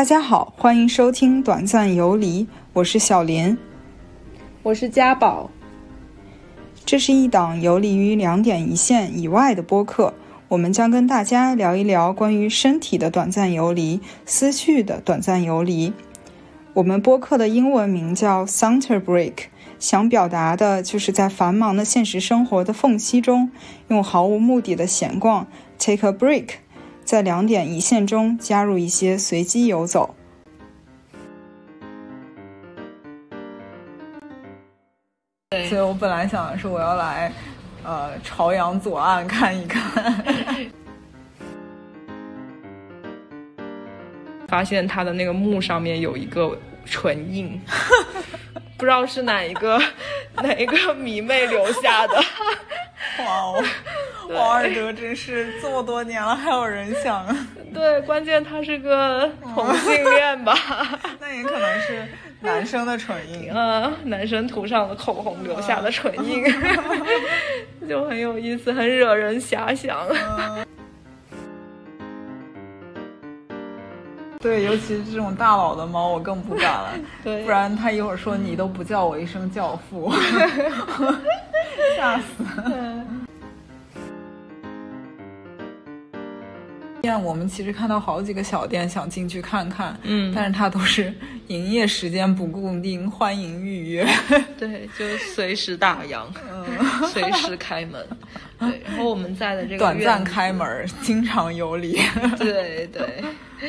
大家好，欢迎收听短暂游离，我是小林， 我是家宝。 这是一档游离于2点一线以外的播客，我们将跟大家聊一聊关于身体的短暂游离，思绪的短暂游离。我们播客的英文名叫 Saunter Break， 想表达的就是在繁忙的现实生活的缝隙中，用毫无目的的闲逛 Take a break， 在2点一线中加入一些随机游走。所以我本来想的是我要来朝阳左岸看一看发现他的那个墓上面有一个唇印不知道是哪一个迷妹留下的。 哇哦，王尔德真是这么多年了还有人想。 对，关键他是个同性恋吧。 那也可能是男生的唇印， 男生涂上了口红留下的唇印，就很有意思，很惹人遐想。 对，尤其是这种大佬的猫我更不敢了。 对， 不然他一会儿说你都不叫我一声教父。吓死。我们其实看到好几个小店想进去看看，但是它都是营业时间不固定，欢迎预约。 对，就随时打烊，随时开门。对，然后我们在的这个短暂开门，经常游离。 对对。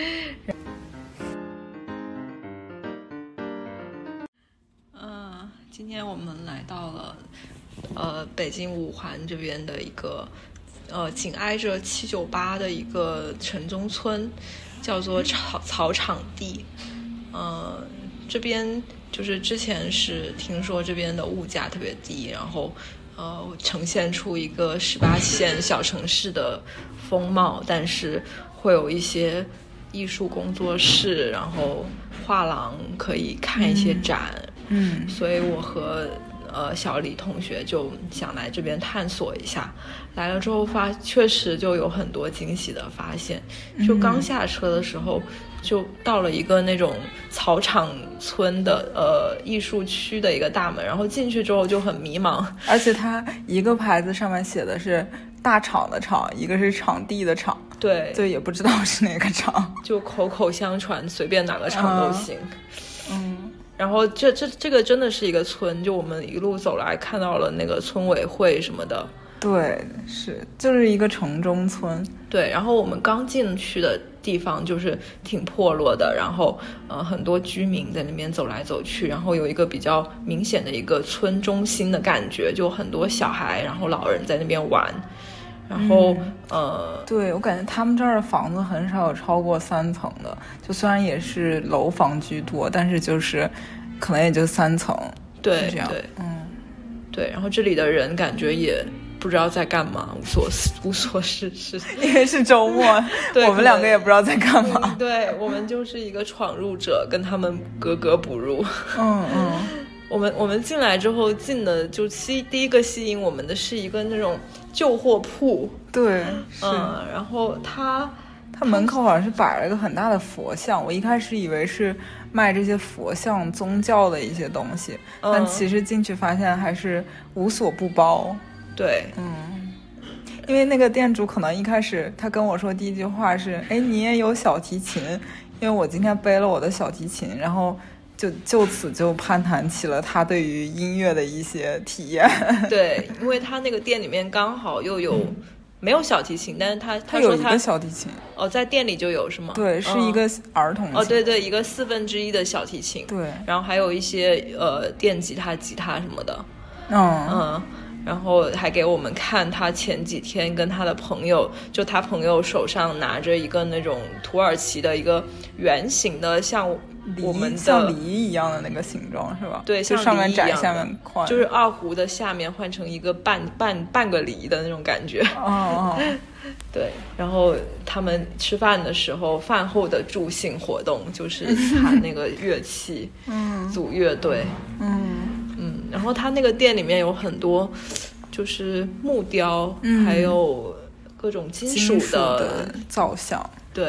今天我们来到了北京五环这边的一个紧挨着798的一个城中村，叫做草场地。这边就是之前是听说这边的物价特别低，然后呈现出一个18线小城市的风貌，但是会有一些艺术工作室，然后画廊可以看一些展。所以我和小李同学就想来这边探索一下。来了之后确实就有很多惊喜的发现。就刚下车的时候就到了一个那种草场村的艺术区的一个大门，然后进去之后就很迷茫。 而且它一个牌子上面写的是大厂的厂，一个是场地的场。 对， 就也不知道是哪个厂， 就口口相传，随便哪个厂都行。然后这个真的是一个村，就我们一路走来看到了那个村委会什么的。 对，就是一个城中村。 对，然后我们刚进去的地方就是挺破落的，然后很多居民在那边走来走去，然后有一个比较明显的一个村中心的感觉，就很多小孩然后老人在那边玩。然后对，我感觉他们这儿的房子很少有超过3层的，就虽然也是楼房居多，但是就是可能也就3层。 对， 这样。 对，对，然后这里的人感觉也不知道在干嘛，无所事事， 因为是周末。我们2个也不知道在干嘛。 对，我们就是一个闯入者，跟他们格格不入。我们进来之后进的就第一个吸引我们的是一个那种旧货铺。 对， 然后它门口好像是摆了一个很大的佛像，我一开始以为是卖这些佛像宗教的一些东西，但其实进去发现还是无所不包。 对， 因为那个店主可能一开始他跟我说第一句话是你也有小提琴，因为我今天背了我的小提琴，然后就此就攀谈起了他对于音乐的一些体验。对， 因为他那个店里面刚好又有没有小提琴，但是他说有一个小提琴。 在店里就有是吗？ 对，是一个儿童琴。 对对，一个1/4的小提琴。 对， 然后还有一些电吉他、吉他什么的。然后还给我们看他前几天跟他的朋友，就他朋友手上拿着一个那种土耳其的一个圆形的像我们的像梨一样的那个形状是吧？ 对， 就上面窄下面宽， 就是2胡的下面换成一个半个梨的那种感觉。对，然后他们吃饭的时候，饭后的助兴活动就是弹那个乐器，组乐队。然后他那个店里面有很多就是木雕，还有各种金属的造像。 对，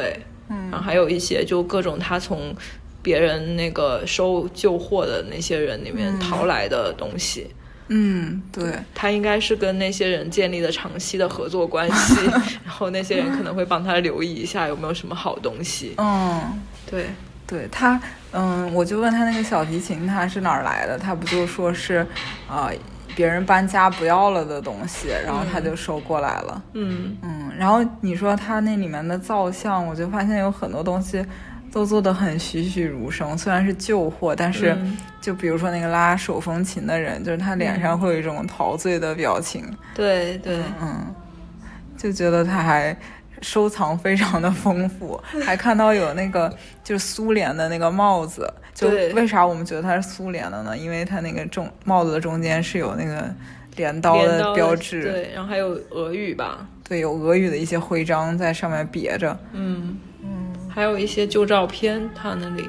然后还有一些就各种他从别人那个收旧货的那些人里面淘来的东西。 对， 他应该是跟那些人建立了长期的合作关系然后那些人可能会帮他留意一下有没有什么好东西。 对他我就问他那个小提琴他是哪儿来的，他不就说是别人搬家不要了的东西，然后他就收过来了。然后你说他那里面的造像，我就发现有很多东西都做得很栩栩如生，虽然是旧货，但是就比如说那个拉手风琴的人，就是他脸上会有一种陶醉的表情。 对， 就觉得他还收藏非常的丰富，还看到有那个就是苏联的那个帽子，就为啥我们觉得它是苏联的呢？因为它那个帽子的中间是有那个镰刀的标志。 对，然后还有俄语吧。 对，有俄语的一些徽章在上面别着。 还有一些旧照片，他那里。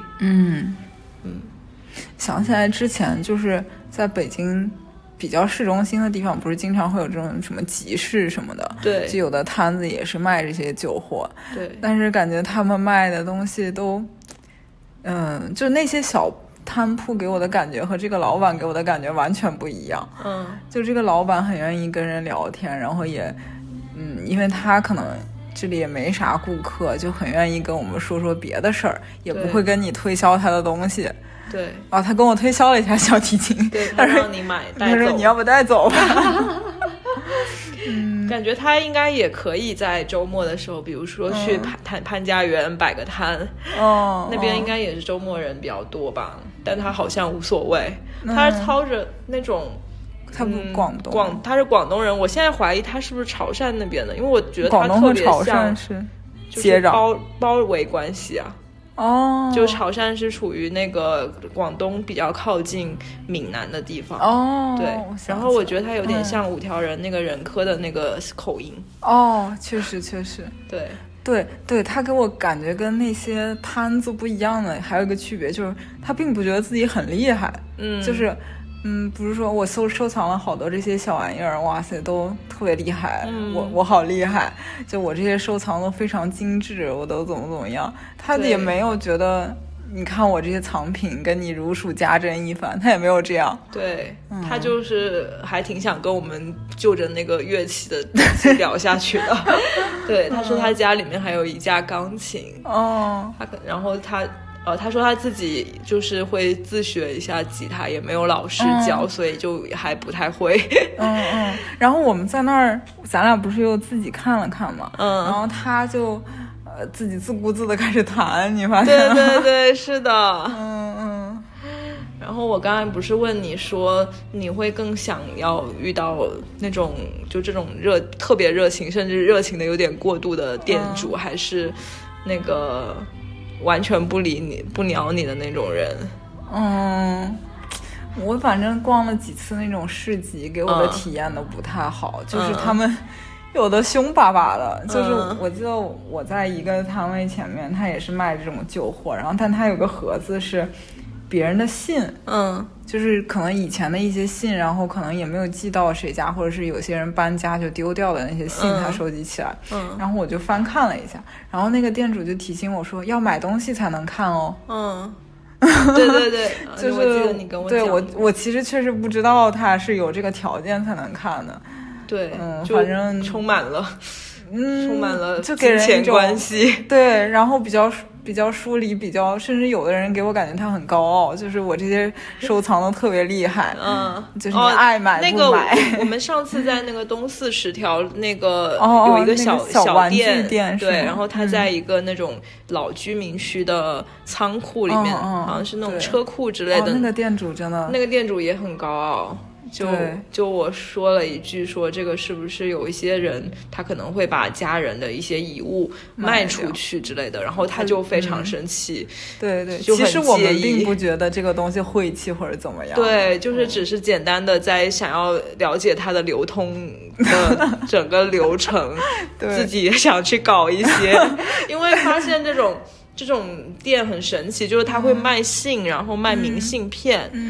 想起来之前就是在北京比较市中心的地方，不是经常会有这种什么集市什么的， 对， 就有的摊子也是卖这些旧货。 对， 但是感觉他们卖的东西都就那些小摊铺给我的感觉和这个老板给我的感觉完全不一样。就这个老板很愿意跟人聊天，然后也因为他可能这里也没啥顾客，就很愿意跟我们说说别的事儿，也不会跟你推销他的东西。 对他跟我推销了一下小提琴， 对，他让你买带走， 他说你要不带走吧感觉他应该也可以在周末的时候，比如说去潘家园摆个摊，那边应该也是周末人比较多吧，但他好像无所谓，他操着那种他不广东他是广东人，我现在怀疑他是不是潮汕那边的，因为我觉得他特别像，广东和潮汕是接壤包围关系啊。就潮汕是处于那个广东比较靠近闽南的地方。对，然后我觉得他有点像五条人那个人科的那个口音。 确实对， 他给我感觉跟那些摊子不一样的还有一个区别，就是他并不觉得自己很厉害。就是不是说我收藏了好多这些小玩意儿，哇塞，都特别厉害，我好厉害，就我这些收藏都非常精致，我都怎么样，他也没有觉得你看我这些藏品跟你如数家珍一番，他也没有这样。 对，他就是还挺想跟我们就着那个乐器的东西聊下去的。对，他说他家里面还有一架钢琴。然后他说他自己就是会自学一下吉他，也没有老师教，所以就还不太会。 然后我们在那儿，咱俩不是又自己看了看嘛，然后他就自己自顾自的开始弹，你发现吗？对，是的。然后我刚才不是问你说你会更想要遇到那种就这种特别热情，甚至热情的有点过度的店主，还是那个完全不理你不鸟你的那种人？ 我反正逛了几次那种市集，给我的体验都不太好，就是他们有的凶巴巴的，就是我记得我在一个摊位前面，他也是卖这种旧货，然后但他有个盒子是别人的信，就是可能以前的一些信，然后可能也没有寄到谁家，或者是有些人搬家就丢掉的那些信，他收集起来，然后我就翻看了一下，然后那个店主就提醒我说要买东西才能看哦。 对就是我记得你跟我讲， 对我其实确实不知道他是有这个条件才能看的。 对， 反正充满了就给人金钱关系。 对，然后比较疏离，甚至有的人给我感觉他很高傲，就是我这些收藏都特别厉害，就是你爱买不买。 那个我们上次在那个东四十条那个有一个小玩具店， 对，然后他在一个那种老居民区的仓库里面，好像是那种车库之类的。 那个店主真的， 那个店主也很高傲。就我说了一句说这个是不是有一些人他可能会把家人的一些遗物卖出去之类的，然后他就非常生气。 对， 就很介意。 其实我们并不觉得这个东西晦气或者怎么样， 对，就是只是简单的在想要了解它的流通的整个流程自己也想去搞一些因为发现这种店很神奇，就是他会卖信，然后卖明信片，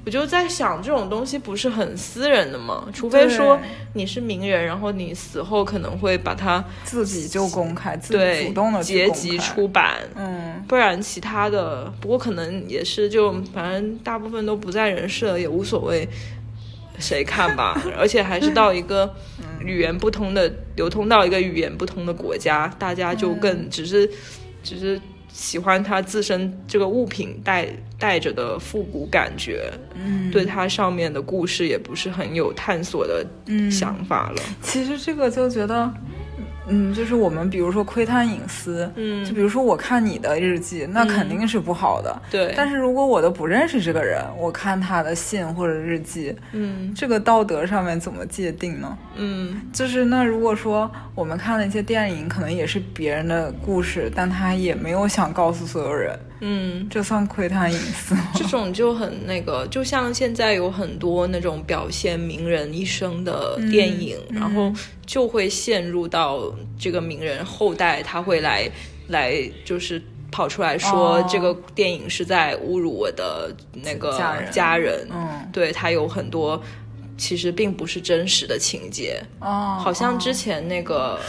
我就在想，这种东西不是很私人的吗？除非说你是名人，然后你死后可能会把它自己就公开，自己主动的结集出版，不然其他的，不过可能也是就反正大部分都不在人世了，也无所谓谁看吧。而且还是到一个语言不通的，流通到一个语言不通的国家，大家就更只是喜欢它自身这个物品带着的复古感觉，对它上面的故事也不是很有探索的想法了。 其实这个就觉得就是我们比如说窥探隐私，就比如说我看你的日记，那肯定是不好的， 对。 但是如果我都不认识这个人，我看他的信或者日记，这个道德上面怎么界定呢？就是那如果说我们看的一些电影，可能也是别人的故事，但他也没有想告诉所有人，这算窥探隐私吗？ 这种就很那个，就像现在有很多那种表现名人一生的电影，然后就会陷入到这个名人后代他会来就是跑出来说这个电影是在侮辱我的那个家人，对，他有很多其实并不是真实的情节，好像之前那个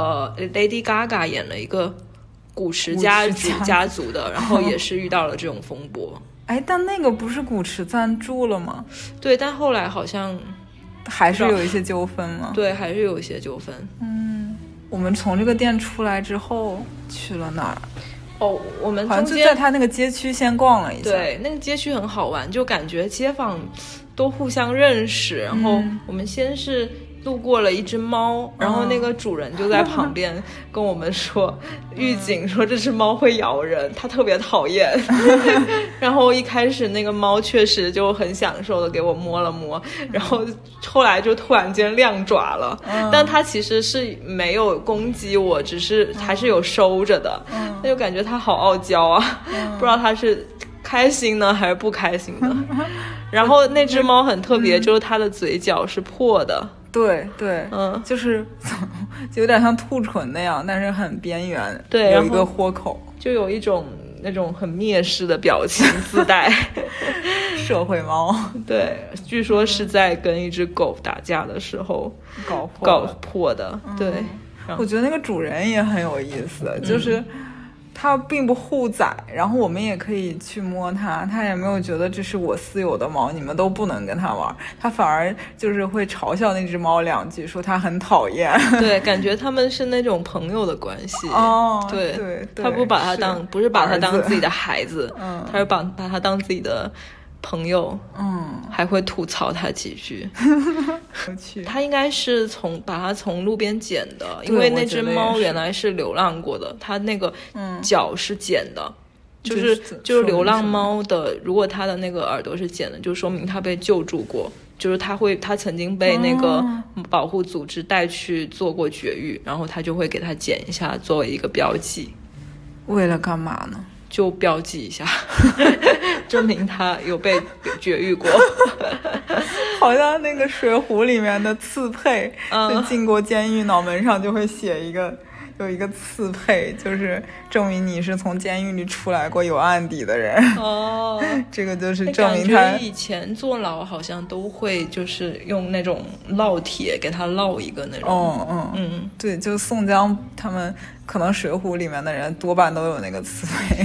Lady Gaga 演了一个古驰家族的，然后也是遇到了这种风波。 但那个不是古驰赞助了吗？ 对，但后来好像还是有一些纠纷吗？ 对，还是有一些纠纷。 我们从这个店出来之后去了哪儿？ 我们好像就在他那个街区先逛了一下。 对，那个街区很好玩，就感觉街坊都互相认识。然后我们先是路过了一只猫，然后那个主人就在旁边跟我们说，预警说这只猫会咬人，他特别讨厌。然后一开始那个猫确实就很享受的给我摸了摸，然后后来就突然间亮爪了，但它其实是没有攻击我，只是还是有收着的，那就感觉它好傲娇啊，不知道它是开心呢还是不开心的。然后那只猫很特别，就是它的嘴角是破的。 对对，就是有点像兔唇那样，但是很边缘， 对， 有一个豁口， 就有一种那种很蔑视的表情自带。 社会猫， 对，据说是在跟一只狗打架的时候搞破的。对， 我觉得那个主人也很有意思，就是他并不护崽，然后我们也可以去摸它，他也没有觉得这是我私有的猫，你们都不能跟它玩，他反而就是会嘲笑那只猫两句，说它很讨厌。 对，感觉他们是那种朋友的关系。对对， 他不把它当，不是把它当自己的孩子，他是把它当自己的朋友，还会吐槽他几句。他应该是把它从路边捡的，因为那只猫原来是流浪过的，它那个脚是剪的，就是流浪猫的，如果它的那个耳朵是剪的，就说明它被救助过，就是它曾经被那个保护组织带去做过绝育，然后他就会给它剪一下作为一个标记。 为了干嘛呢？ 就标记一下，证明他有被绝育过。 好像那个水浒里面的刺配，就进过监狱，脑门上就会写有一个刺配，就是证明你是从监狱里出来过有案底的人。这个就是证明他。 感觉以前坐牢好像都会就是用那种烙铁给他烙一个那种。 对，就宋江他们可能水浒里面的人多半都有那个刺配。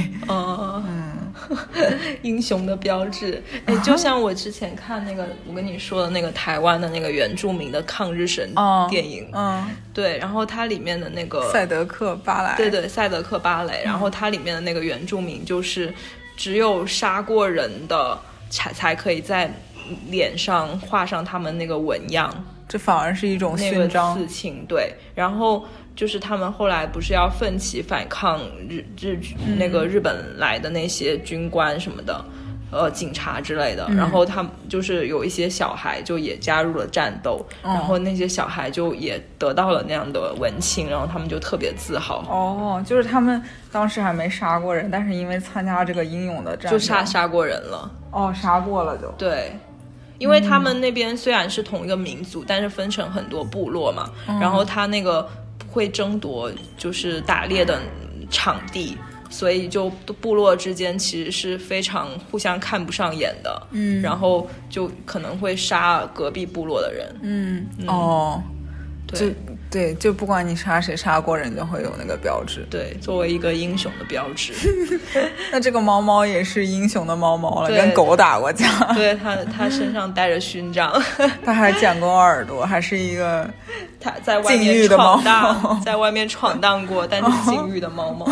英雄的标志。就像我之前看那个我跟你说的那个台湾的那个原住民的抗日神电影，对，然后它里面的那个赛德克巴莱， 对，赛德克巴莱，然后它里面的那个原住民就是只有杀过人的才可以在脸上画上他们那个纹样， 这反而是一种勋章， 那个刺青。对，然后就是他们后来不是要奋起反抗那个日本来的那些军官什么的，警察之类的，然后他们就是有一些小孩就也加入了战斗，然后那些小孩就也得到了那样的文青，然后他们就特别自豪。 就是他们当时还没杀过人，但是因为参加这个英勇的战斗就杀过人了。 杀过了就对。因为他们那边虽然是同一个民族，但是分成很多部落嘛，然后他那个会争夺就是打猎的场地， 所以就部落之间其实是非常互相看不上眼的，然后就可能会杀隔壁部落的人。 对对，就不管你杀谁，杀过人就会有那个标志， 对，作为一个英雄的标志。 那这个猫猫也是英雄的猫猫了，跟狗打过架。 对，它身上带着勋章， 它还剪过耳朵，还是一个它在外面闯荡，在外面闯荡过，但是禁欲的猫猫。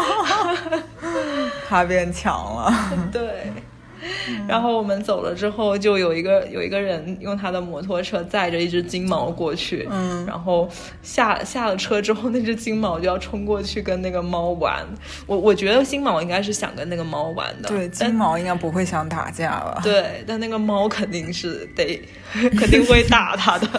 它变强了。对。 然后我们走了之后，就有一个人用他的摩托车载着一只金毛过去，然后下了车之后，那只金毛就要冲过去跟那个猫玩。我觉得金毛应该是想跟那个猫玩的， 对，金毛应该不会想打架吧？ 对，但那个猫肯定会打他的。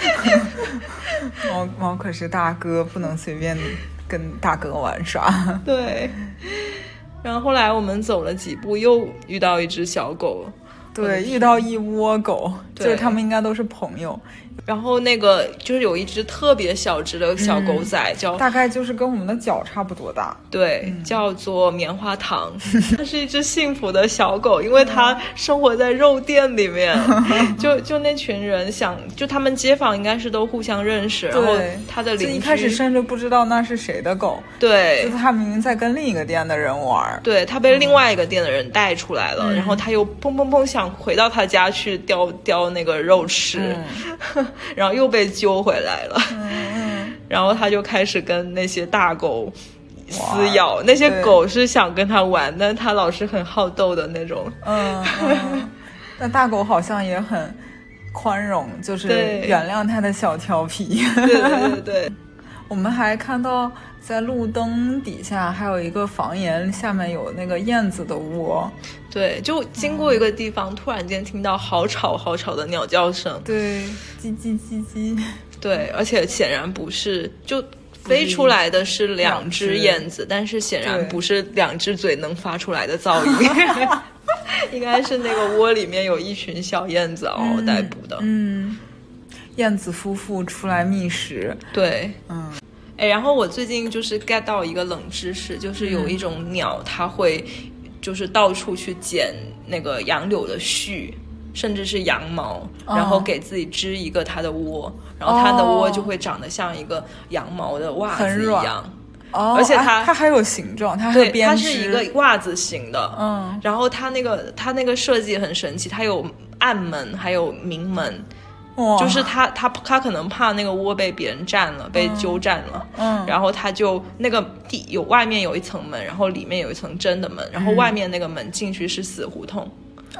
猫可是大哥，不能随便跟大哥玩耍。 对。然后后来我们走了几步，又遇到一只小狗。 对，遇到一窝狗，就是他们应该都是朋友。 然后那个就是有一只特别小只的小狗仔， 大概就是跟我们的脚差不多大。 对，叫做棉花糖。它是一只幸福的小狗，因为它生活在肉店里面。就那群人就他们街坊应该是都互相认识，然后它的邻居一开始甚至不知道那是谁的狗。 对， 就是他明明在跟另一个店的人玩。 对，他被另外一个店的人带出来了，然后他又砰砰砰想回到他家去叼那个肉吃。然后又被揪回来了。然后他就开始跟那些大狗撕咬，那些狗是想跟他玩，但他老是很好斗的那种。 但大狗好像也很宽容，就是原谅他的小调皮。 对。 我们还看到在路灯底下还有一个房檐，下面有那个燕子的窝。 对，就经过一个地方，突然间听到好吵好吵的鸟叫声。 对，叽叽叽叽。 对，而且显然不是，就飞出来的是2只燕子，但是显然不是2只嘴能发出来的噪音。应该是那个窝里面有一群小燕子嗷嗷待哺的。 燕子夫妇出来觅食。 对。然后我最近就是 get 到一个冷知识，就是有一种鸟，它会就是到处去捡那个杨柳的絮，甚至是羊毛，然后给自己织一个它的窝，然后它的窝就会长得像一个羊毛的袜子一样。而且它还有形状，它还有编织， 它是一个袜子型的。然后它那个设计很神奇，它有暗门还有明门。就是他可能怕那个窝被别人占了，被鸠占了。然后他就那个外面有一层门，然后里面有一层真的门，然后外面那个门进去是死胡同。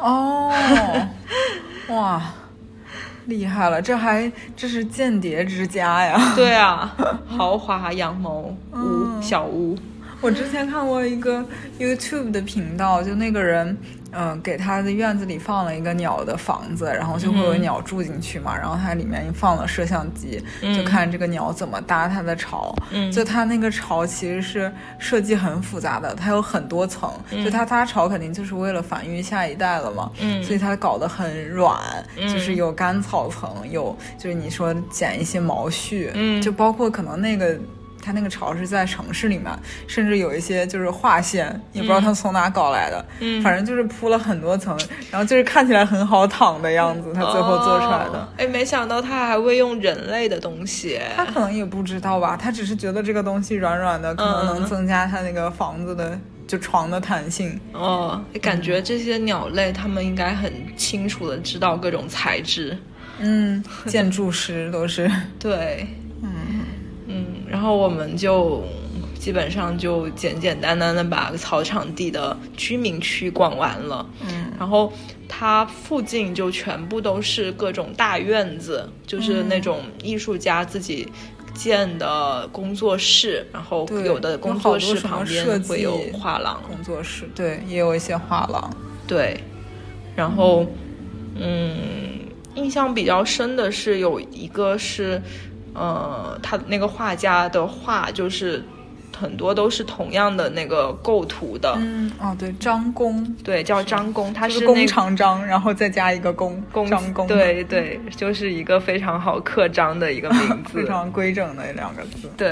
哇，厉害了，这是间谍之家呀。 对啊，豪华羊毛屋，小屋。 我之前看过一个 YouTube 的频道，就那个人给他的院子里放了一个鸟的房子，然后就会有鸟住进去嘛，然后它里面放了摄像机，就看这个鸟怎么搭它的巢。就它那个巢其实是设计很复杂的，它有很多层，就它搭巢肯定就是为了繁育下一代了嘛。所以它搞得很软，就是有干草层，有就是你说剪一些毛絮，就包括可能它那个巢是在城市里面，甚至有一些就是划线，也不知道它从哪搞来的。反正就是铺了很多层，然后就是看起来很好躺的样子，它最后做出来的。 没想到它还会用人类的东西。 它可能也不知道吧，它只是觉得这个东西软软的，可能能增加它那个房子的就床的弹性。 感觉这些鸟类它们应该很清楚的知道各种材质。 建筑师都是。 对。然后我们就基本上就简简单单的把草场地的居民区逛完了。然后它附近就全部都是各种大院子，就是那种艺术家自己建的工作室，然后有的工作室旁边会有画廊。 工作室，对，也有一些画廊。 对。然后印象比较深的是有一个是他那个画家的画就是很多都是同样的那个构图的。 对，张公。 对，叫张公，他是弓长张，然后再加一个公，张公。 对对，就是一个非常好刻章的一个名字。 非常规整的2个字。 对，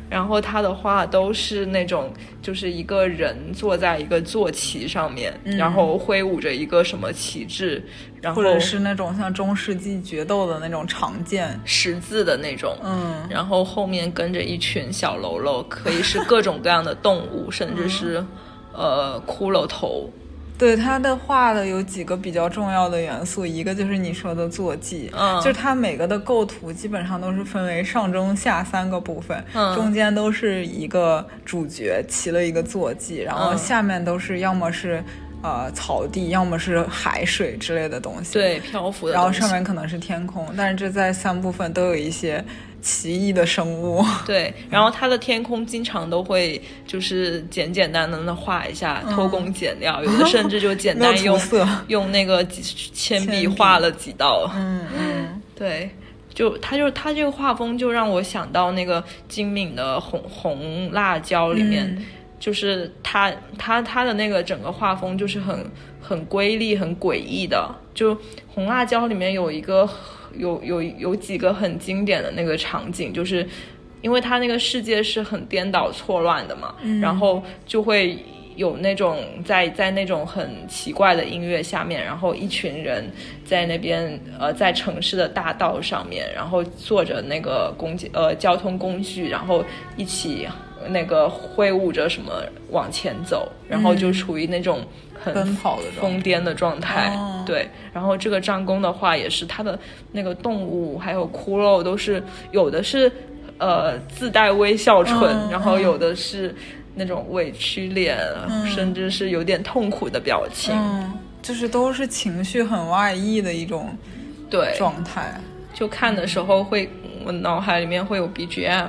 然后他的画都是那种就是一个人坐在一个坐骑上面，然后挥舞着一个什么旗帜，然后或者是那种像中世纪决斗的那种长剑十字的那种，然后后面跟着一群小喽啰，可以是各种各样的动物，甚至是骷髅头。 对，他的画的有几个比较重要的元素，一个就是你说的坐骑，就是他每个的构图基本上都是分为上中下3个部分，中间都是一个主角骑了一个坐骑，然后下面都是要么是草地，要么是海水之类的东西， 对，漂浮的东西， 然后上面可能是天空，但是这在3部分都有一些奇异的生物。 对，然后它的天空经常都会就是简简单单的画一下，偷工减料，有的甚至就简单用那个铅笔画了几道。对，他这个画风就让我想到那个金敏的红辣椒里面，就是他的那个整个画风就是很瑰丽很诡异的。就红辣椒里面有一个有几个很经典的那个场景，就是因为它那个世界是很颠倒错乱的嘛，然后就会有那种在那种很奇怪的音乐下面，然后一群人在那边在城市的大道上面，然后坐着那个交通工具，然后一起那个挥舞着什么往前走，然后就处于那种很疯癫的状态。对，然后这个张公的话也是，他的那个动物还有骷髅都是有的是自带微笑唇，然后有的是那种委屈脸，甚至是有点痛苦的表情， 就是都是情绪很外溢的一种状态。 就看的时候我脑海里面会有 BGM。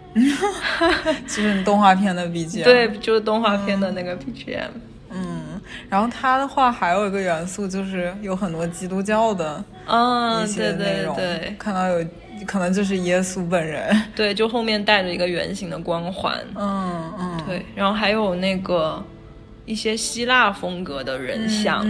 就是动画片的 BGM。 对，就是动画片的那个 BGM。 然后他的话还有一个元素就是有很多基督教的一些内容， 对， 看到有可能就是耶稣本人， 对，就后面带着一个圆形的光环。对，然后还有那个一些希腊风格的人像。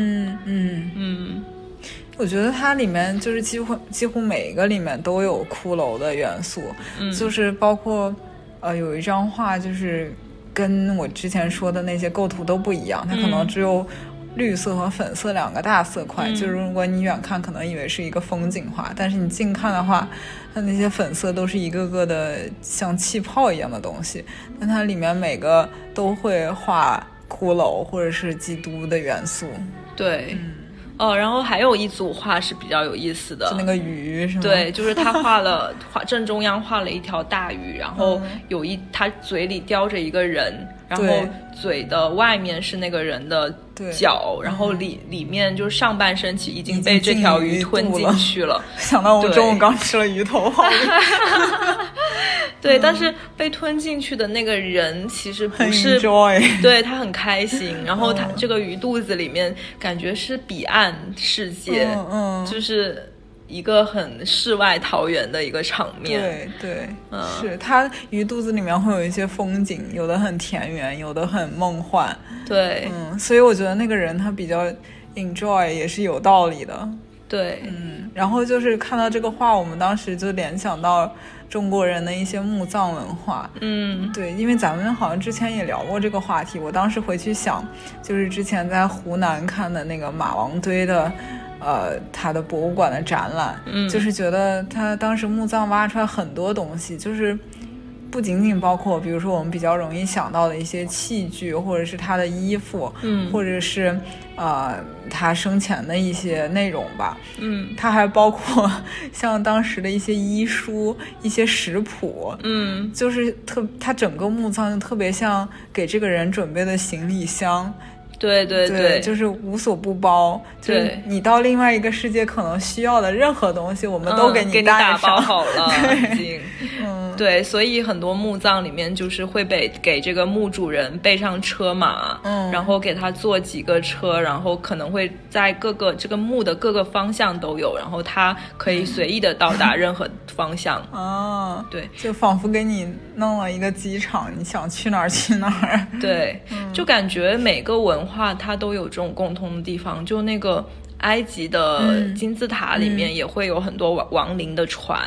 我觉得它里面就是几乎每一个里面都有骷髅的元素，就是包括有一张画就是跟我之前说的那些构图都不一样，它可能只有绿色和粉色2个大色块，就是如果你远看可能以为是一个风景画，但是你近看的话，它那些粉色都是一个个的像气泡一样的东西，但它里面每个都会画骷髅或者是基督的元素。 对，然后还有一组画是比较有意思的， 是那个鱼是吗？ 对，就是他正中央画了一条大鱼，然后他嘴里叼着一个人，然后嘴的外面是那个人的脚，然后里面就是上半身其实已经被这条鱼吞进去了。 想到我中午刚吃了鱼头， 对，但是被吞进去的那个人其实不是，对，他很开心，然后他这个鱼肚子里面感觉是彼岸世界，就是一个很世外桃源的一个场面。 对，是他鱼肚子里面会有一些风景，有的很田园，有的很梦幻。 对， 所以我觉得那个人他比较 enjoy 也是有道理的。 对， 然后就是看到这个画，我们当时就联想到中国人的一些墓葬文化。对，因为咱们好像之前也聊过这个话题，我当时回去想，就是之前在湖南看的那个马王堆的他的博物馆的展览，就是觉得他当时墓葬挖出来很多东西，就是不仅仅包括比如说我们比较容易想到的一些器具，或者是他的衣服，或者是他生前的一些内容吧，他还包括像当时的一些医书、一些食谱，就是他整个墓葬就特别像给这个人准备的行李箱。对，就是无所不包，就是你到另外一个世界可能需要的任何东西，我们都给你打包好了，已经。 对， 所以很多墓葬里面就是会给这个墓主人备上车马，然后给他坐几个车，然后可能会在这个墓的各个方向都有，然后他可以随意的到达任何方向。对， 就仿佛给你弄了一个机场，你想去哪儿去哪儿。 对，就感觉每个文化它都有这种共通的地方，就那个埃及的金字塔里面也会有很多亡灵的船，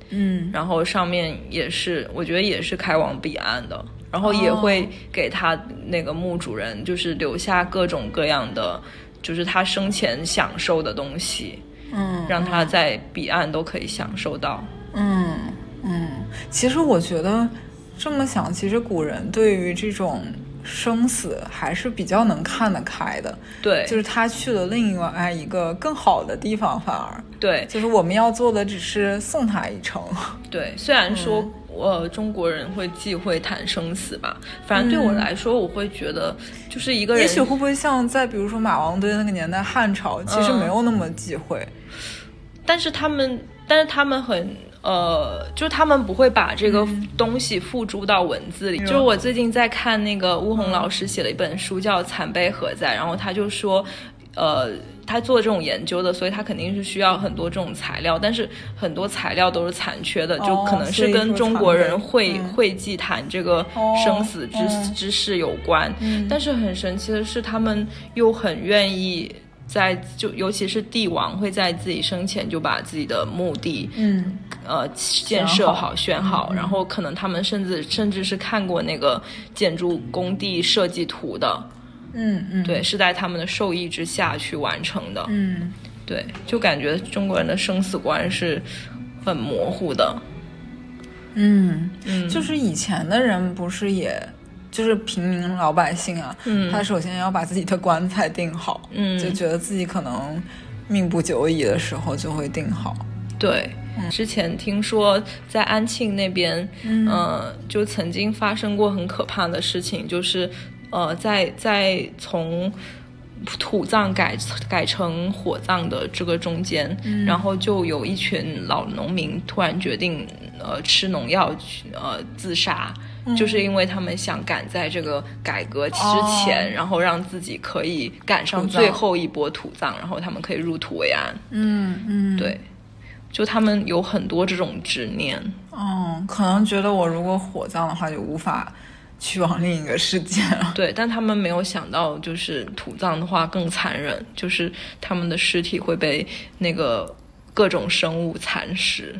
然后上面也是我觉得也是开往彼岸的，然后也会给他那个墓主人就是留下各种各样的就是他生前享受的东西，让他在彼岸都可以享受到。 其实我觉得这么想，其实古人对于这种生死还是比较能看得开的。 对， 就是他去了另外一个更好的地方，反而对， 就是我们要做的只是送他一程。 对，虽然说中国人会忌讳谈生死吧，反正对我来说，我会觉得就是一个人， 也许会不会像在比如说马王堆那个年代汉朝，其实没有那么忌讳， 但是他们很就是他们不会把这个东西付诸到文字里。就是我最近在看那个巫红老师写了一本书叫《残碑何在》，然后他就说他做这种研究的，所以他肯定是需要很多这种材料，但是很多材料都是残缺的，就可能是跟中国人会忌谈这个生死之事有关。但是很神奇的是，他们又很愿意就尤其是帝王会在自己生前就把自己的墓地建设好选好，然后可能他们甚至是看过那个建筑工地设计图的。对，是在他们的授意之下去完成的。对，就感觉中国人的生死观是很模糊的。 就是以前的人不是也就是平民老百姓啊，他首先要把自己的棺材定好，就觉得自己可能命不久矣的时候就会定好。对， 之前听说在安庆那边就曾经发生过很可怕的事情，就是在从土葬改成火葬的这个中间，然后就有一群老农民突然决定吃农药自杀，就是因为他们想赶在这个改革之前，然后让自己可以赶上最后一波土葬，然后他们可以入土为安。对，就他们有很多这种执念。 可能觉得我如果火葬的话就无法去往另一个世界了。 对，但他们没有想到就是土葬的话更残忍，就是他们的尸体会被那个各种生物蚕食。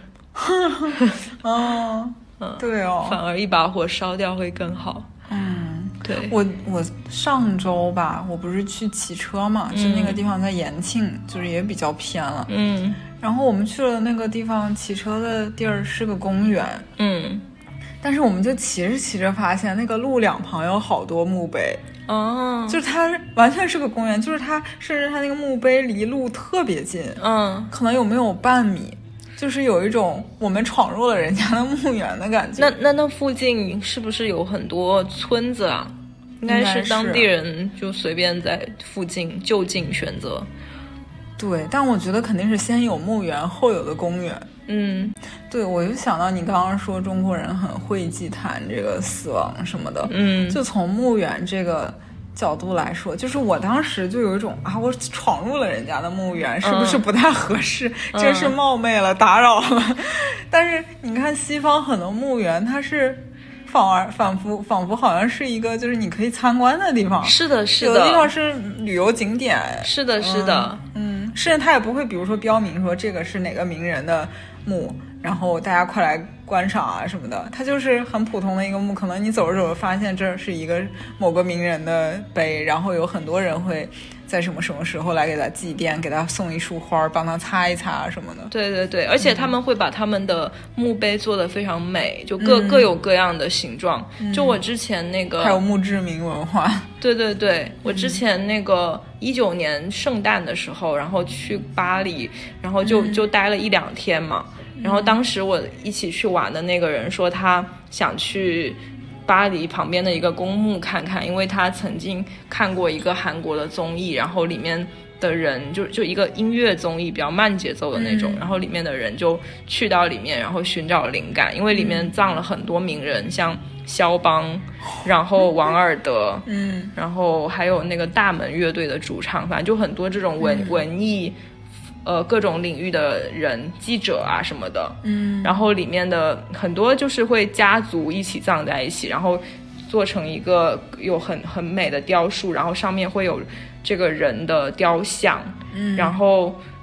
对哦，反而一把火烧掉会更好。对， 我上周吧，我不是去骑车嘛，就那个地方在延庆，就是也比较偏了。然后我们去了那个地方，骑车的地儿是个公园。但是我们就骑着骑着发现那个路两旁有好多墓碑。就是它完全是个公园，就是它甚至它那个墓碑离路特别近，可能有没有半米，就是有一种我们闯入了人家的墓园的感觉。 那附近是不是有很多村子啊？应该是当地人就随便在附近就近选择。 对，但我觉得肯定是先有墓园后有的公园。对，我就想到你刚刚说中国人很会忌谈这个死亡什么的，就从墓园这个角度来说，就是我当时就有一种我闯入了人家的墓园，是不是不太合适？真是冒昧了，打扰了。但是你看西方很多墓园，它是仿佛好像是一个就是你可以参观的地方。 是的， 有的地方是旅游景点。 是的，是的。 甚至他也不会比如说标明说这个是哪个名人的墓，然后大家快来观赏啊什么的，它就是很普通的一个墓，可能你走着走着发现这是一个某个名人的碑，然后有很多人会在什么时候来给他祭奠，给他送一束花，帮他擦一擦什么的。 对对对，而且他们会把他们的墓碑做得非常美，就各有各样的形状。就我之前那个还有墓志铭文化。 对对对，我之前那个19年圣诞的时候，然后去巴黎，然后就待了1-2天嘛。然后当时我一起去玩的那个人说他想去巴黎旁边的一个公墓看看，因为他曾经看过一个韩国的综艺，然后里面的人就一个音乐综艺，比较慢节奏的那种，然后里面的人就去到里面，然后寻找灵感，因为里面葬了很多名人，像肖邦，然后王尔德，然后还有那个大门乐队的主唱，反正就很多这种文艺各种领域的人，记者啊什么的，然后里面的很多就是会家族一起葬在一起，然后做成一个有很美的雕塑，然后上面会有这个人的雕像，然后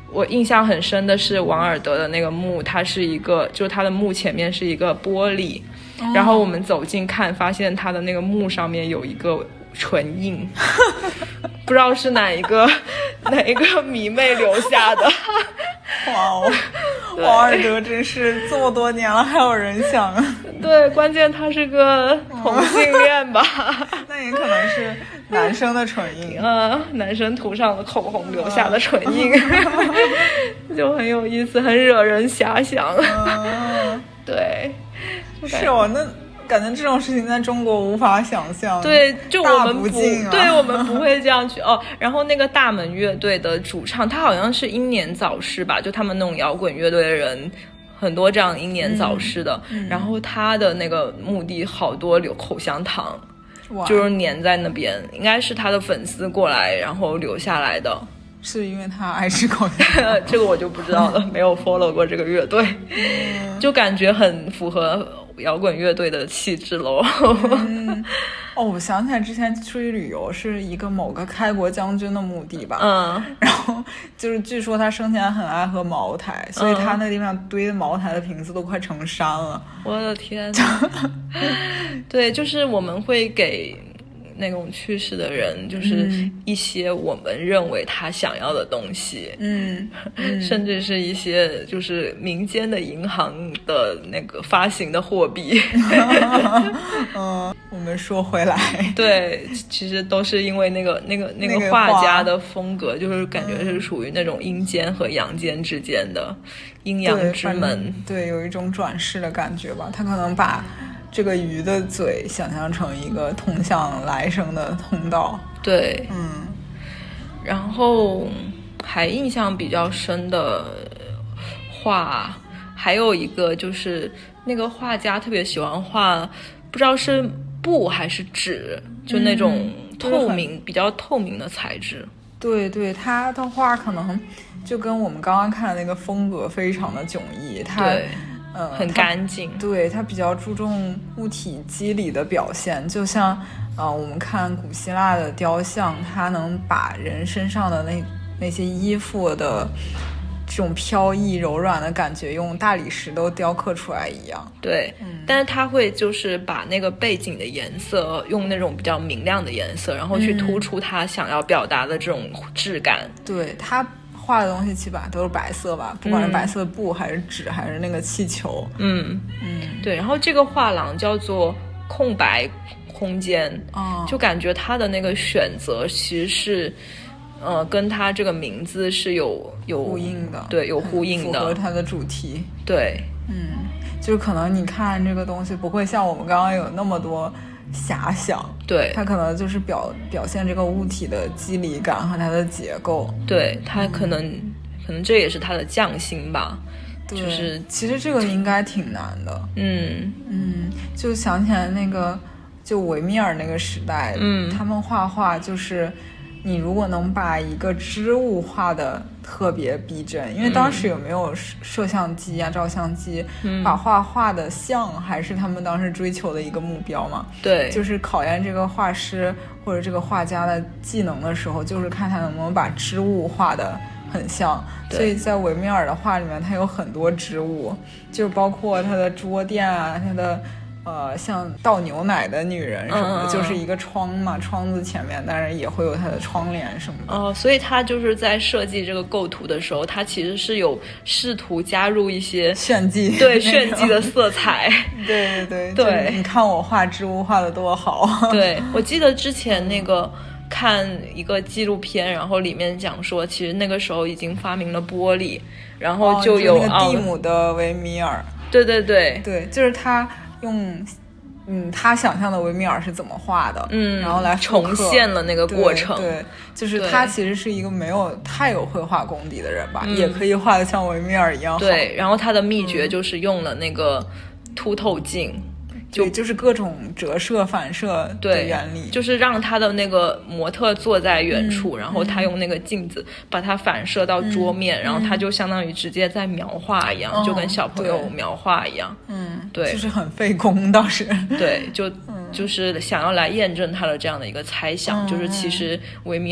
我印象很深的是王尔德的那个墓，它是一个，就是他的墓前面是一个玻璃，然后我们走近看，发现他的那个墓上面有一个唇印，不知道是哪一个迷妹留下的。 哇哦，王尔德真是这么多年了还有人想。 对，关键他是个同性恋吧。 那也可能是男生的唇印， 男生涂上了口红留下的唇印，就很有意思，很惹人遐想。对， 是哦，那感觉这种事情在中国无法想象。 对，就我们不敬啊， 对，我们不会这样去哦。然后那个大门乐队的主唱，他好像是英年早逝吧，就他们那种摇滚乐队的人。很多这样英年早逝的，然后他的那个墓地好多留口香糖，就是粘在那边，应该是他的粉丝过来然后留下来的。 是因为他爱吃口香糖？ 这个我就不知道了，没有 follow 过这个乐队，就感觉很符合摇滚乐队的气质咯。 哦，我想起来之前出去旅游是一个某个开国将军的墓地吧，然后就是据说他生前很爱喝茅台，所以他那地方堆的茅台的瓶子都快成山了。 我的天哪！对，就是我们会给那种去世的人，就是一些我们认为他想要的东西，甚至是一些就是民间的银行的那个发行的货币。 我们说回来， 对，其实都是因为那个画家的风格，就是感觉是属于那种阴间和阳间之间的阴阳之门， 对，有一种转世的感觉吧。他可能把这个鱼的嘴想象成一个通向来生的通道。 对，然后还印象比较深的画还有一个就是那个画家特别喜欢画，不知道是布还是纸，就那种透明、比较透明的材质。 对对，他的画可能就跟我们刚刚看的那个风格非常的迥异， 对，很干净。 对，他比较注重物体肌理的表现，就像我们看古希腊的雕像，他能把人身上的那些衣服的这种飘逸柔软的感觉用大理石都雕刻出来一样。 对，但是他会就是把那个背景的颜色用那种比较明亮的颜色，然后去突出他想要表达的这种质感。 对，他画的东西基本上都是白色吧，不管是白色的布还是纸还是那个气球。 对，然后这个画廊叫做空白空间，就感觉他的那个选择其实是跟他这个名字是有呼应的， 对，有呼应的， 符合他的主题。 对， 就是可能你看这个东西不会像我们刚刚有那么多遐想， 对， 它可能就是表现这个物体的肌理感和它的结构。 对，它可能这也是它的匠心吧。 对， 就是其实这个应该挺难的。就想起来那个就维米尔那个时代，他们画画就是你如果能把一个织物画的特别逼真，因为当时有没有摄像机啊、照相机，把画的像还是他们当时追求的一个目标嘛。 对， 就是考验这个画师或者这个画家的技能的时候，就是看他能不能把织物画的很像。所以在维米尔的画里面，它有很多织物，就是包括他的桌垫啊，他的像倒牛奶的女人什么的，就是一个窗嘛，窗子前面当然也会有它的窗帘什么的。 所以他就是在设计这个构图的时候，他其实是有试图加入一些炫技， 对炫技的色彩。 对对对对，你看我画织物画的多好。 对，我记得之前那个看一个纪录片，然后里面讲说，其实那个时候已经发明了玻璃，然后就有那个蒂姆的维米尔。 对对对对，就是他用他想象的维米尔是怎么画的，然后来重现了那个过程。 对，就是他其实是一个没有太有绘画功底的人吧，也可以画得像维米尔一样好。 对，然后他的秘诀就是用了那个凸透镜。 就是各种折射反射的原理， 就是让他的那个模特坐在远处，然后他用那个镜子把它反射到桌面，然后他就相当于直接在描画一样，就跟小朋友描画一样。对， 就是很费工倒是。 对，就是想要来验证他的这样的一个猜想，就是其实维米尔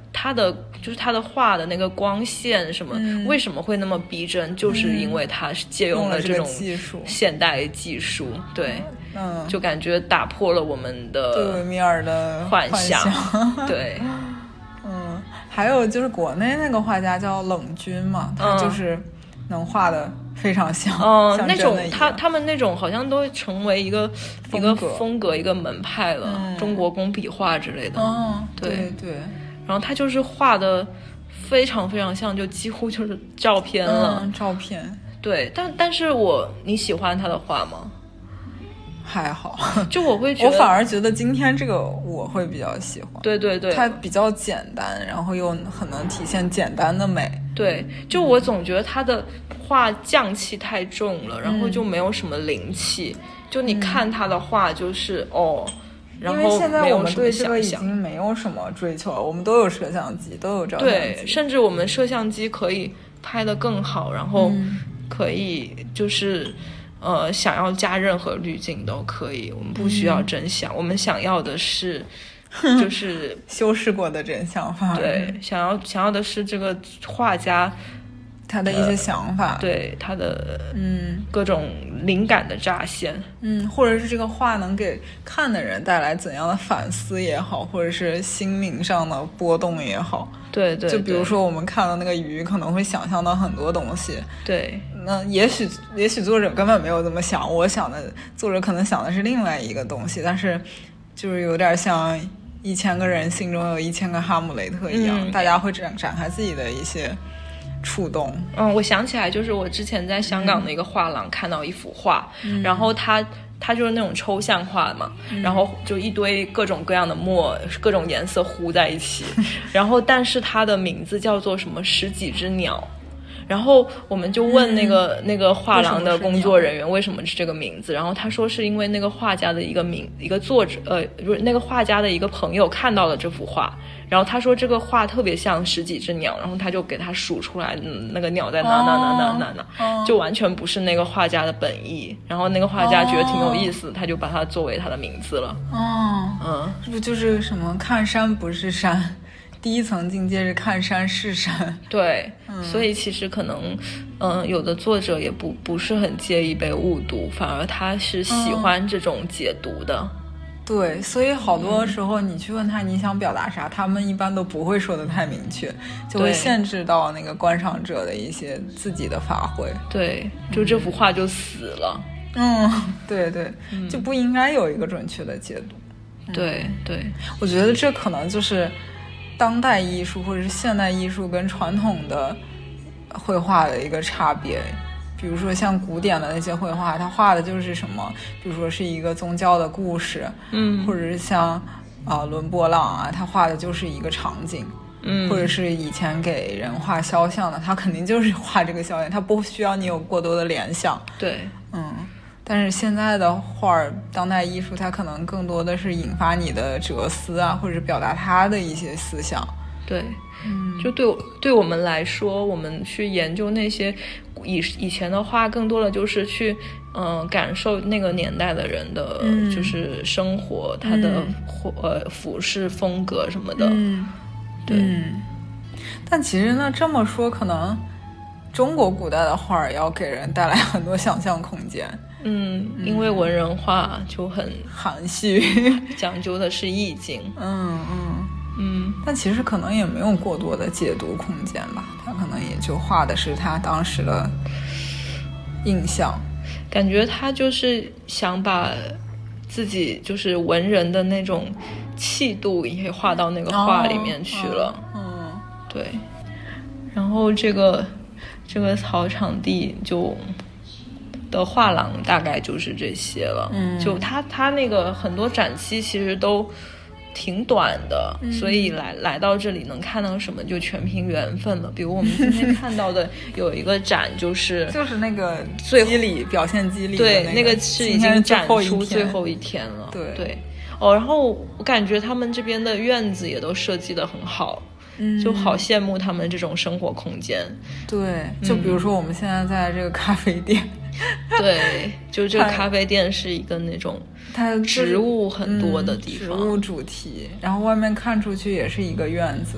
他的画的那个光线什么，为什么会那么逼真，就是因为他是借用了这种现代技术，对，就感觉打破了我们的对米尔的幻想，对， 还有就是国内那个画家叫冷军嘛，他就是能画的非常像，像那种真的他们那种好像都成为一个风格一个门派了，中国工笔画之类的，对。然后他就是画的非常非常像，就几乎就是照片了， 照片。对， 但是你喜欢他的画吗？ 还好， 就我会觉得， 我反而觉得今天这个我会比较喜欢。 对， 它比较简单，然后又很能体现简单的美。 对，就我总觉得他的画匠气太重了，然后就没有什么灵气。就你看他的画，就是然后因为现在我们对这个已经没有什么追求了，我们都有摄像机，都有照相机， 对，甚至我们摄像机可以拍得更好，然后可以就是想要加任何滤镜都可以，我们不需要真相，我们想要的是就是修饰过的真相法， 对，想要的是这个画家他的一些想法， 对他的各种灵感的乍现， 或者是这个画能给看的人带来怎样的反思也好，或者是心灵上的波动也好， 对， 就比如说我们看到那个鱼，可能会想象到很多东西， 对， 那也许作者根本没有这么想，作者可能想的是另外一个东西，但是就是有点像1000个人心中有1000个哈姆雷特一样，大家会展开自己的一些触动。 我想起来，就是我之前在香港的一个画廊看到一幅画，然后它就是那种抽象画嘛，然后就一堆各种各样的墨，各种颜色糊在一起，然后但是它的名字叫做什么十几只鸟。然后我们就问那个画廊的工作人员为什么是这个名字，然后他说是因为那个画家的一个作者那个画家的一个朋友看到了这幅画，然后他说这个画特别像十几只鸟，然后他就给他数出来那个鸟在哪，就完全不是那个画家的本意，然后那个画家觉得挺有意思，他就把它作为他的名字了。 这不就是什么看山不是山，第一层境界是看山是山。 对，所以其实可能有的作者也不是很介意被误读，反而他是喜欢这种解读的。 对，所以好多时候你去问他你想表达啥，他们一般都不会说的太明确，就会限制到那个观赏者的一些自己的发挥。 对，就这幅画就死了。 对，就不应该有一个准确的解读。 对， 我觉得这可能就是当代艺术或者是现代艺术跟传统的绘画的一个差别。比如说像古典的那些绘画，它画的就是什么，比如说是一个宗教的故事，或者是像伦勃朗啊，他画的就是一个场景，或者是以前给人画肖像的，他肯定就是画这个肖像，他不需要你有过多的联想。 对， 但是现在的画，当代艺术它可能更多的是引发你的哲思啊，或者是表达他的一些思想。 对，就对我们来说，我们去研究那些以前的画，更多的就是去感受那个年代的人的就是生活，他的服饰风格什么的。对。 但其实呢，这么说，可能中国古代的画要给人带来很多想象空间。 因为文人画就很含蓄， 讲究的是意境。 但其实可能也没有过多的解读空间吧，他可能也就画的是他当时的印象， 感觉他就是想把自己就是文人的那种气度也画到那个画里面去了。对。然后这个草场地的画廊大概就是这些了。就他那个很多展期其实都挺短的，所以来到这里能看到什么就全凭缘分了。比如我们今天看到的有一个展就是那个肌理表现肌理的对，那个是已经展出最后一天了。对然后我感觉他们这边的院子也都设计得很好，就好羡慕他们这种生活空间。 对，就比如说我们现在在这个咖啡店， 对，就这个咖啡店是一个那种它植物很多的地方， 植物主题，然后外面看出去也是一个院子。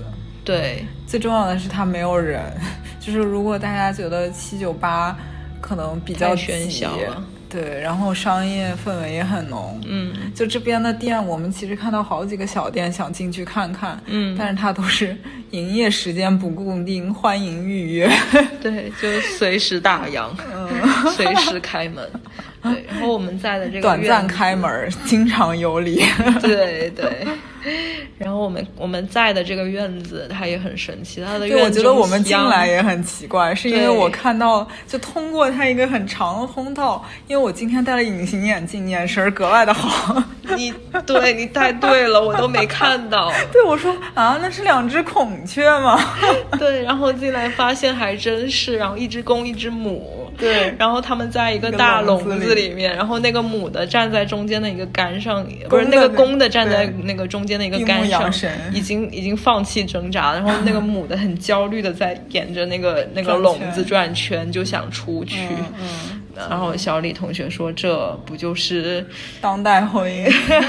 对， 最重要的是它没有人，就是如果大家觉得798可能比较喧嚣了， 对，然后商业氛围也很浓，就这边的店我们其实看到好几个小店想进去看看，但是它都是营业时间不固定，欢迎预约， 对，就随时打烊，随时开门。对，然后我们在的这个短暂开门，经常有礼。 对对，然后我们在的这个院子它也很神奇，它的院子我觉得我们进来也很奇怪，是因为我看到就通过它一个很长的通道，因为我今天戴了隐形眼镜，眼神格外的好。 你太对了，我都没看到。 对，我说啊，那是2只孔雀吗？ 对，然后进来发现还真是，然后一只公一只母， 对， 然后他们在一个大笼子里面，然后那个母的站在中间的一个杆上，不是那个公的站在那个中间的一个杆上，已经放弃挣扎，然后那个母的很焦虑的在沿着那个笼子转圈，就想出去。然后小李同学说：“这不就是当代婚姻？”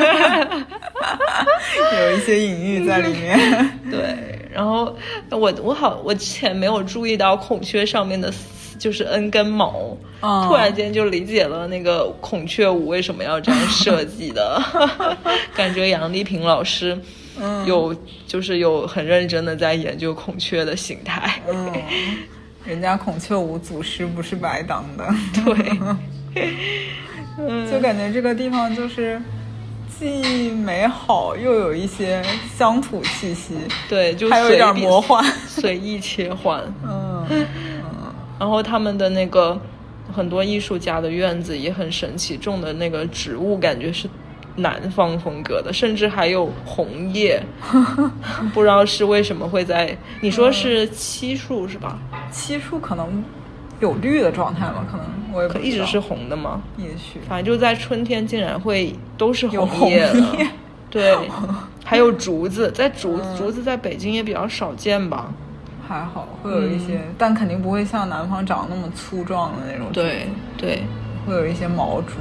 有一些隐喻在里面。 对，然后我之前没有注意到孔雀上面的就是 N 根毛，突然间就理解了那个孔雀舞为什么要这样设计的。感觉杨丽萍老师有很认真的在研究孔雀的形态。 人家孔雀舞祖师不是白当的。 对。 就感觉这个地方就是既美好又有一些乡土气息， 对，就还有一点魔幻， 随意切换。然后他们的那个很多艺术家的院子也很神奇，种的那个植物感觉是南方风格的，甚至还有红叶。不知道是为什么会在，你说是漆树是吧？ 漆树可能有绿的状态吗？可能我也不知道， 一直是红的吗？ 也许， 反正就在春天竟然会都是红叶的。对，还有竹子，竹子在北京也比较少见吧？ 还好会有一些，但肯定不会像南方长那么粗壮的那种竹子。 对对， 会有一些毛竹。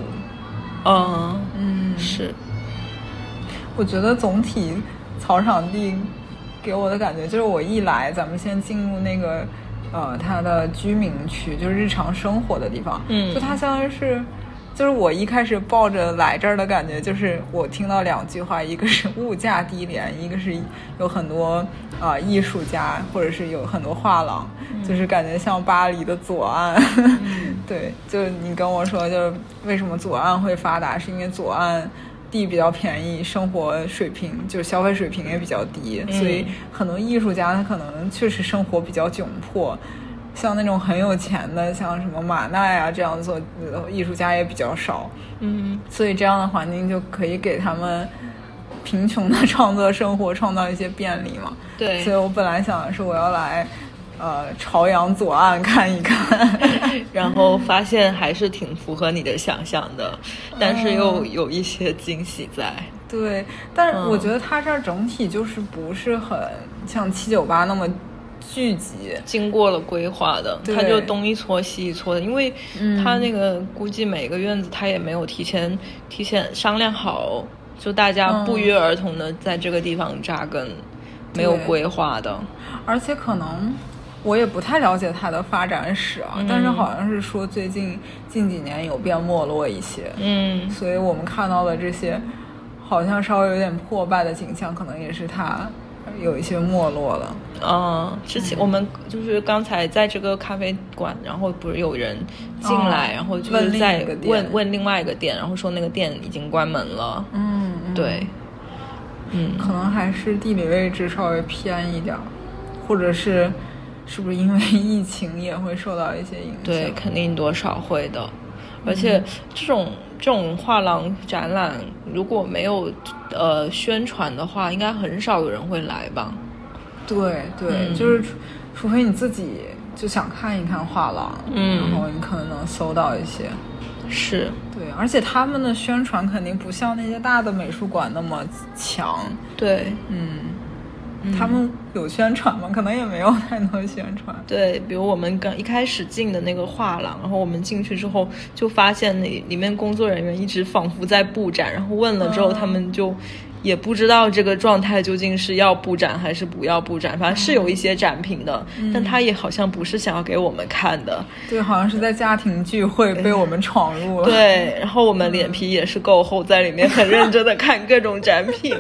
是。 我觉得总体草场地给我的感觉就是，我一来咱们先进入那个它的居民区，就是日常生活的地方。就它相当于是，就是我一开始抱着来这儿的感觉，就是我听到2句话，一个是物价低廉，一个是有很多艺术家或者是有很多画廊，就是感觉像巴黎的左岸。对，就你跟我说，就为什么左岸会发达，是因为左岸地比较便宜，生活水平就是消费水平也比较低，所以很多艺术家他可能确实生活比较窘迫，像那种很有钱的，像什么马奈啊这样做艺术家也比较少。所以这样的环境就可以给他们贫穷的创作生活创造一些便利嘛。 对， 所以我本来想的是我要来朝阳左岸看一看， 然后发现还是挺符合你的想象的，但是又有一些惊喜在。 对，但是我觉得它这儿整体就是不是很像798那么聚集， 经过了规划的，它就东一撮西一撮的，因为它那个估计每个院子它也没有提前商量好，就大家不约而同的在这个地方扎根，没有规划的。 而且可能我也不太了解它的发展史啊，但是好像是说近几年有变没落一些，所以我们看到的这些好像稍微有点破败的景象，可能也是它有一些没落了。 之前我们就是刚才在这个咖啡馆，然后不是有人进来，然后就是在问另外一个店，然后说那个店已经关门了。对， 可能还是地理位置稍微偏一点，或者是不是因为疫情也会受到一些影响？ 对，肯定多少会的。而且这种画廊展览如果没有宣传的话，应该很少有人会来吧？对， 就是除非你自己就想看一看画廊，然后你可能能搜到一些。 是， 对，而且他们的宣传肯定不像那些大的美术馆那么强。 对， 他们有宣传吗？可能也没有太多宣传。 对，比如我们刚一开始进的那个画廊，然后我们进去之后就发现里面工作人员一直仿佛在布展，然后问了之后他们就也不知道这个状态究竟是要布展还是不要布展，反正是有一些展品的，但他也好像不是想要给我们看的。 对，好像是在家庭聚会被我们闯入了。 对，然后我们脸皮也是够厚，在里面很认真的看各种展品。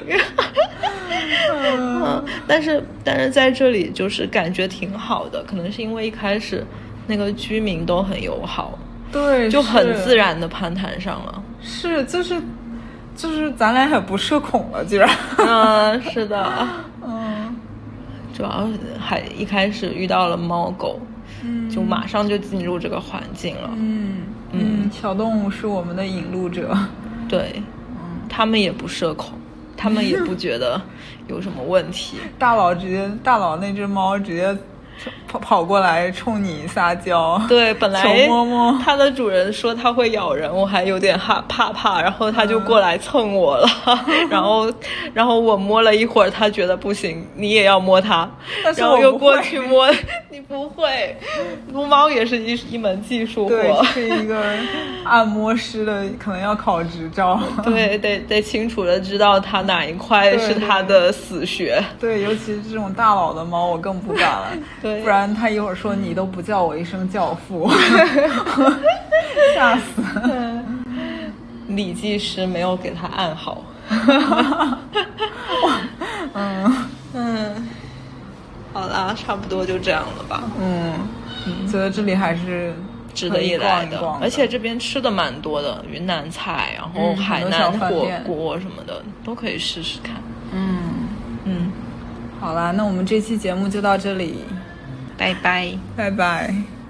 但是在这里就是感觉挺好的，可能是因为一开始那个居民都很友好， 对， 就很自然的攀谈上了。 是，就是咱俩也不社恐了，居然。 是的。主要还一开始遇到了猫狗，就马上就进入这个环境了。 小动物是我们的引路者。 对，他们也不社恐，他们也不觉得有什么问题。 大佬那只猫直接跑过来冲你撒娇。 对，本来求摸摸， 它的主人说它会咬人，我还有点怕，然后它就过来蹭我了。然后我摸了一会儿，它觉得不行，你也要摸它，然后又过去摸。你不会，撸猫也是一门技术活。 对，是一个按摩师的，可能要考执照。 对，得清楚的知道它哪一块是它的死穴。 对，尤其是这种大佬的猫，我更不敢了。对，不然他一会儿说你都不叫我一声教父。吓死。 理剂师没有给他按好。好啦，差不多就这样了吧。 觉得这里还是值得一来的，而且这边吃的蛮多的，云南菜，然后海南火锅什么的都可以试试看。 好啦，那我们这期节目就到这里， 拜拜。 拜拜。